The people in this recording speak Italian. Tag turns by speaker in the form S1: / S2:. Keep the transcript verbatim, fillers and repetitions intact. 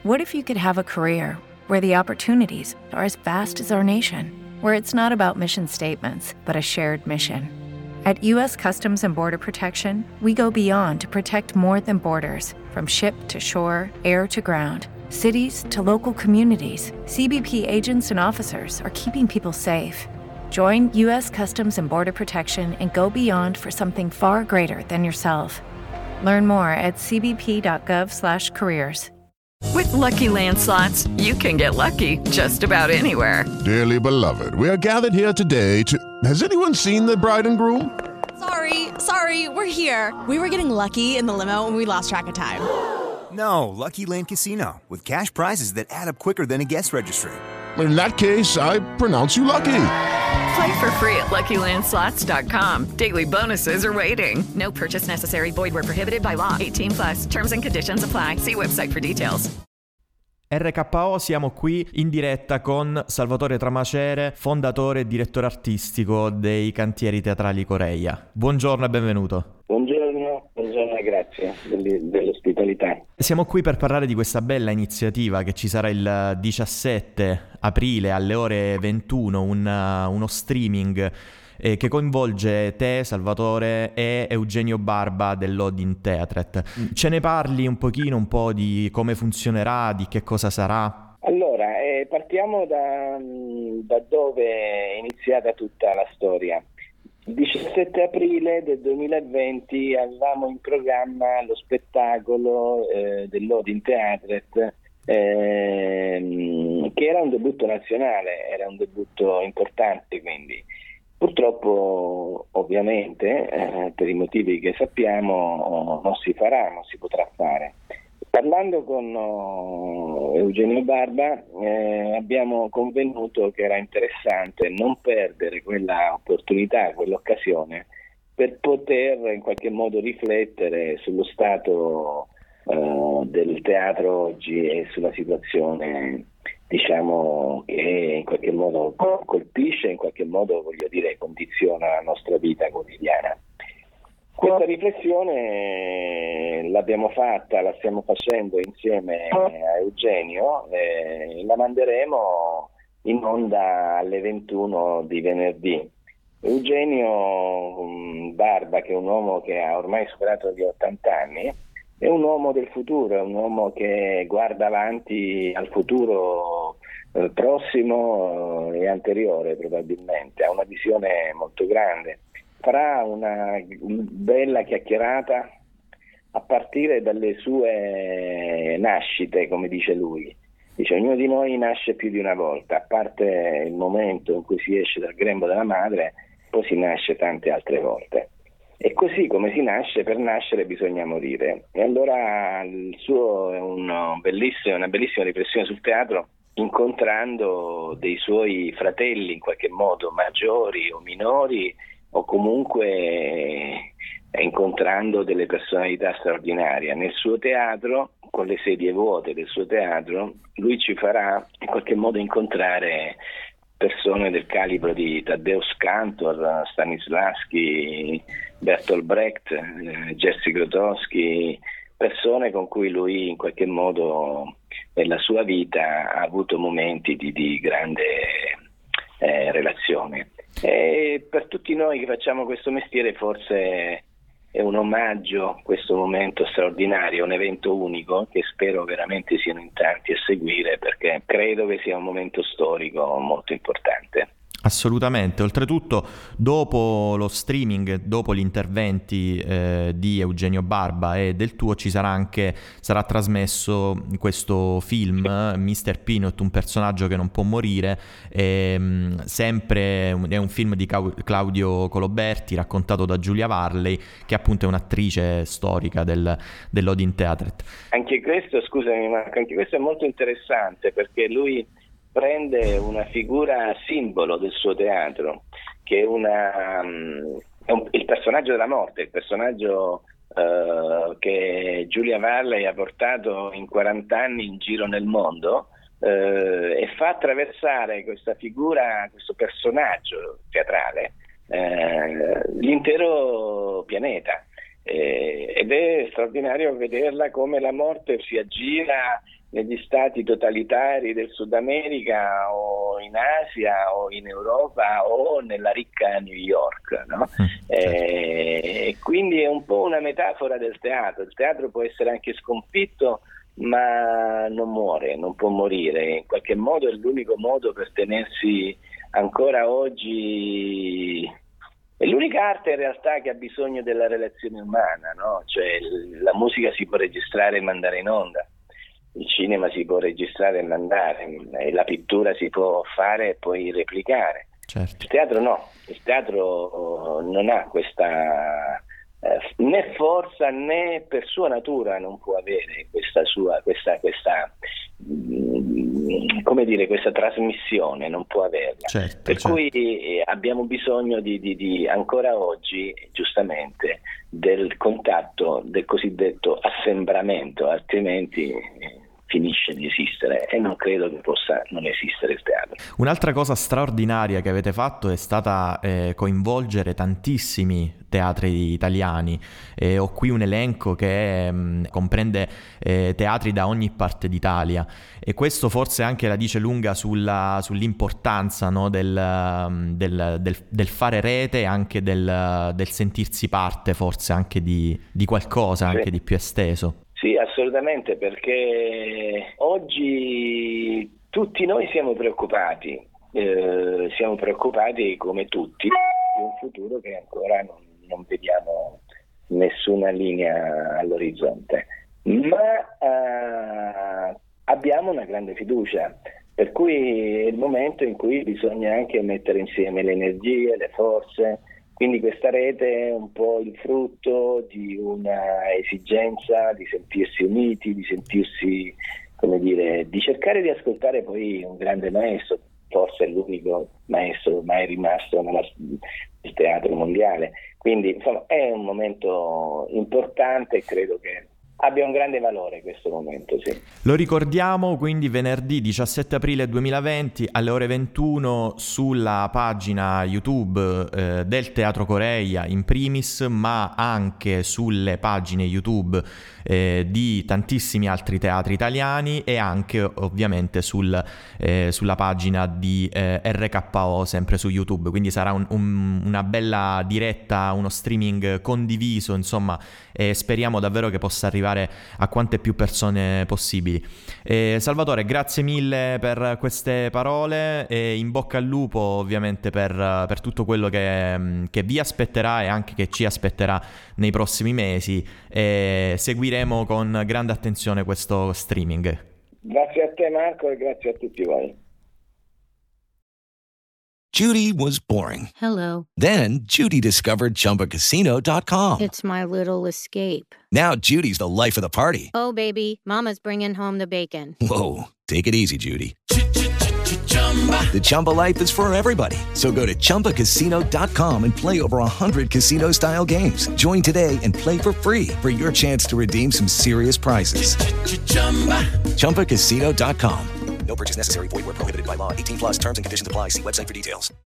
S1: What if you could have a career where the opportunities are as vast as our nation, where it's not about mission statements, but a shared mission? At U S Customs and Border Protection, we go beyond to protect more than borders. From ship to shore, air to ground, cities to local communities, C B P agents and officers are keeping people safe. Join U S Customs and Border Protection and go beyond for something far greater than yourself. Learn more at c b p dot gov slash careers.
S2: With Lucky Land Slots, you can get lucky just about anywhere.
S3: Dearly beloved, we are gathered here today to... Has anyone seen the bride and groom?
S4: Sorry, sorry, we're here. We were getting lucky in the limo and we lost track of time.
S5: No, Lucky Land Casino, with cash prizes that add up quicker than a guest registry.
S3: In that case, I pronounce you lucky.
S2: Play for free at lucky land slots dot com. Daily bonuses are waiting. No purchase necessary. Void where prohibited by law. eighteen plus. Terms and conditions apply. See website for details.
S6: R K O, siamo qui in diretta con Salvatore Tramacere, fondatore e direttore artistico dei Cantieri Teatrali Coreia. Buongiorno e benvenuto.
S7: Buongiorno, buongiorno e grazie dell'ospitalità.
S6: Siamo qui per parlare di questa bella iniziativa che ci sarà il diciassette aprile alle ore ventuno, un, uno streaming eh, che coinvolge te, Salvatore, e Eugenio Barba dell'Odin Theatret. Ce ne parli un pochino, un po' di come funzionerà, di che cosa sarà?
S7: Allora, eh, partiamo da, da dove è iniziata tutta la storia. Il diciassette aprile del duemilaventi avevamo in programma lo spettacolo eh, dell'Odin Theatret, eh, che era un debutto nazionale, era un debutto importante, quindi purtroppo ovviamente eh, per i motivi che sappiamo non si farà, non si potrà fare. Parlando con uh, Eugenio Barba eh, abbiamo convenuto che era interessante non perdere quella opportunità, quell'occasione per poter in qualche modo riflettere sullo stato uh, del teatro oggi e sulla situazione, diciamo, che in qualche modo colpisce, in qualche modo, voglio dire, condiziona la nostra vita quotidiana. Questa riflessione l'abbiamo fatta, la stiamo facendo insieme a Eugenio e la manderemo in onda alle ventuno di venerdì. Eugenio Barba, che è un uomo che ha ormai superato gli ottanta anni, è un uomo del futuro, è un uomo che guarda avanti al futuro eh, prossimo e anteriore probabilmente, ha una visione molto grande. Farà una bella chiacchierata a partire dalle sue nascite, come dice lui. Dice: ognuno di noi nasce più di una volta, a parte il momento in cui si esce dal grembo della madre, poi si nasce tante altre volte. E così come si nasce, per nascere bisogna morire. E allora il suo è un bellissimo, una bellissima riflessione sul teatro, incontrando dei suoi fratelli in qualche modo, maggiori o minori, o comunque incontrando delle personalità straordinarie. Nel suo teatro, con le sedie vuote del suo teatro, lui ci farà in qualche modo incontrare persone del calibro di Tadeusz Kantor, Stanislavski, Bertolt Brecht, eh, Jerzy Grotowski, persone con cui lui in qualche modo nella sua vita ha avuto momenti di, di grande eh, relazione. E per tutti noi che facciamo questo mestiere forse è un omaggio, questo momento straordinario, un evento unico che spero veramente siano in tanti a seguire, perché credo che sia un momento storico molto importante.
S6: Assolutamente, oltretutto dopo lo streaming, dopo gli interventi eh, di Eugenio Barba e del tuo, ci sarà anche, sarà trasmesso questo film, mister Peanut, un personaggio che non può morire, e, mh, sempre è un film di Claudio Coloberti raccontato da Giulia Varley, che appunto è un'attrice storica del, dell'Odin Theatret.
S7: Anche questo, scusami Marco, anche questo è molto interessante, perché lui prende una figura simbolo del suo teatro, che è, una, um, è un, il personaggio della morte, il personaggio uh, che Giulia Varley ha portato in quaranta anni in giro nel mondo, uh, e fa attraversare questa figura, questo personaggio teatrale, uh, l'intero pianeta. Eh, ed è straordinario vederla come la morte si aggira negli stati totalitari del Sud America o in Asia o in Europa o nella ricca New York, no? Mm, certo. E quindi è un po' una metafora del teatro. Il teatro può essere anche sconfitto, ma non muore, non può morire. In qualche modo è l'unico modo per tenersi ancora oggi. È l'unica arte in realtà che ha bisogno della relazione umana, no? Cioè la musica si può registrare e mandare in onda, il cinema si può registrare e mandare, e la pittura si può fare e poi replicare.
S6: Certo.
S7: Il teatro no, il teatro non ha questa eh, né forza né per sua natura non può avere questa sua questa questa come dire questa trasmissione, non può averla.
S6: Certo,
S7: per
S6: certo.
S7: cui eh, abbiamo bisogno di, di, di ancora oggi giustamente del contatto, del cosiddetto assembramento, altrimenti eh, finisce di esistere, e non credo che possa non esistere il teatro.
S6: Un'altra cosa straordinaria che avete fatto è stata eh, coinvolgere tantissimi teatri italiani. Eh, ho qui un elenco che mh, comprende eh, teatri da ogni parte d'Italia, e questo forse anche la dice lunga sulla, sull'importanza, no, del, del, del, del fare rete e anche del, del sentirsi parte forse anche di, di qualcosa, sì, anche di più esteso.
S7: Sì, assolutamente, perché oggi tutti noi siamo preoccupati, eh, siamo preoccupati come tutti di un futuro che ancora non, non vediamo nessuna linea all'orizzonte, ma eh, abbiamo una grande fiducia, per cui è il momento in cui bisogna anche mettere insieme le energie, le forze. Quindi questa rete è un po' il frutto di una esigenza di sentirsi uniti, di sentirsi, come dire, di cercare di ascoltare poi un grande maestro, forse è l'unico maestro mai rimasto nel teatro mondiale. Quindi insomma è un momento importante e credo che abbia un grande valore questo momento, sì.
S6: Lo ricordiamo quindi venerdì diciassette aprile duemilaventi alle ore ventuno sulla pagina YouTube eh, del Teatro Coreia in primis, ma anche sulle pagine YouTube eh, di tantissimi altri teatri italiani, e anche ovviamente sul, eh, sulla pagina di eh, R K O sempre su YouTube. Quindi sarà un, un, una bella diretta, uno streaming condiviso, insomma, e speriamo davvero che possa arrivare a quante più persone possibili. Eh, Salvatore, grazie mille per queste parole, e in bocca al lupo ovviamente per, per tutto quello che, che vi aspetterà e anche che ci aspetterà nei prossimi mesi, e seguiremo con grande attenzione questo streaming.
S7: Grazie a te Marco e grazie a tutti voi.
S8: Judy was boring.
S9: Hello.
S8: Then Judy discovered Chumba Casino dot com.
S9: It's my little escape.
S8: Now Judy's the life of the party.
S9: Oh, baby, mama's bringing home the bacon.
S8: Whoa, take it easy, Judy. The Chumba life is for everybody. So go to Chumba Casino dot com and play over one hundred casino-style games. Join today and play for free for your chance to redeem some serious prizes. Chumba Casino dot com. No purchase necessary. Void where prohibited by law. eighteen plus terms and conditions apply. See website for details.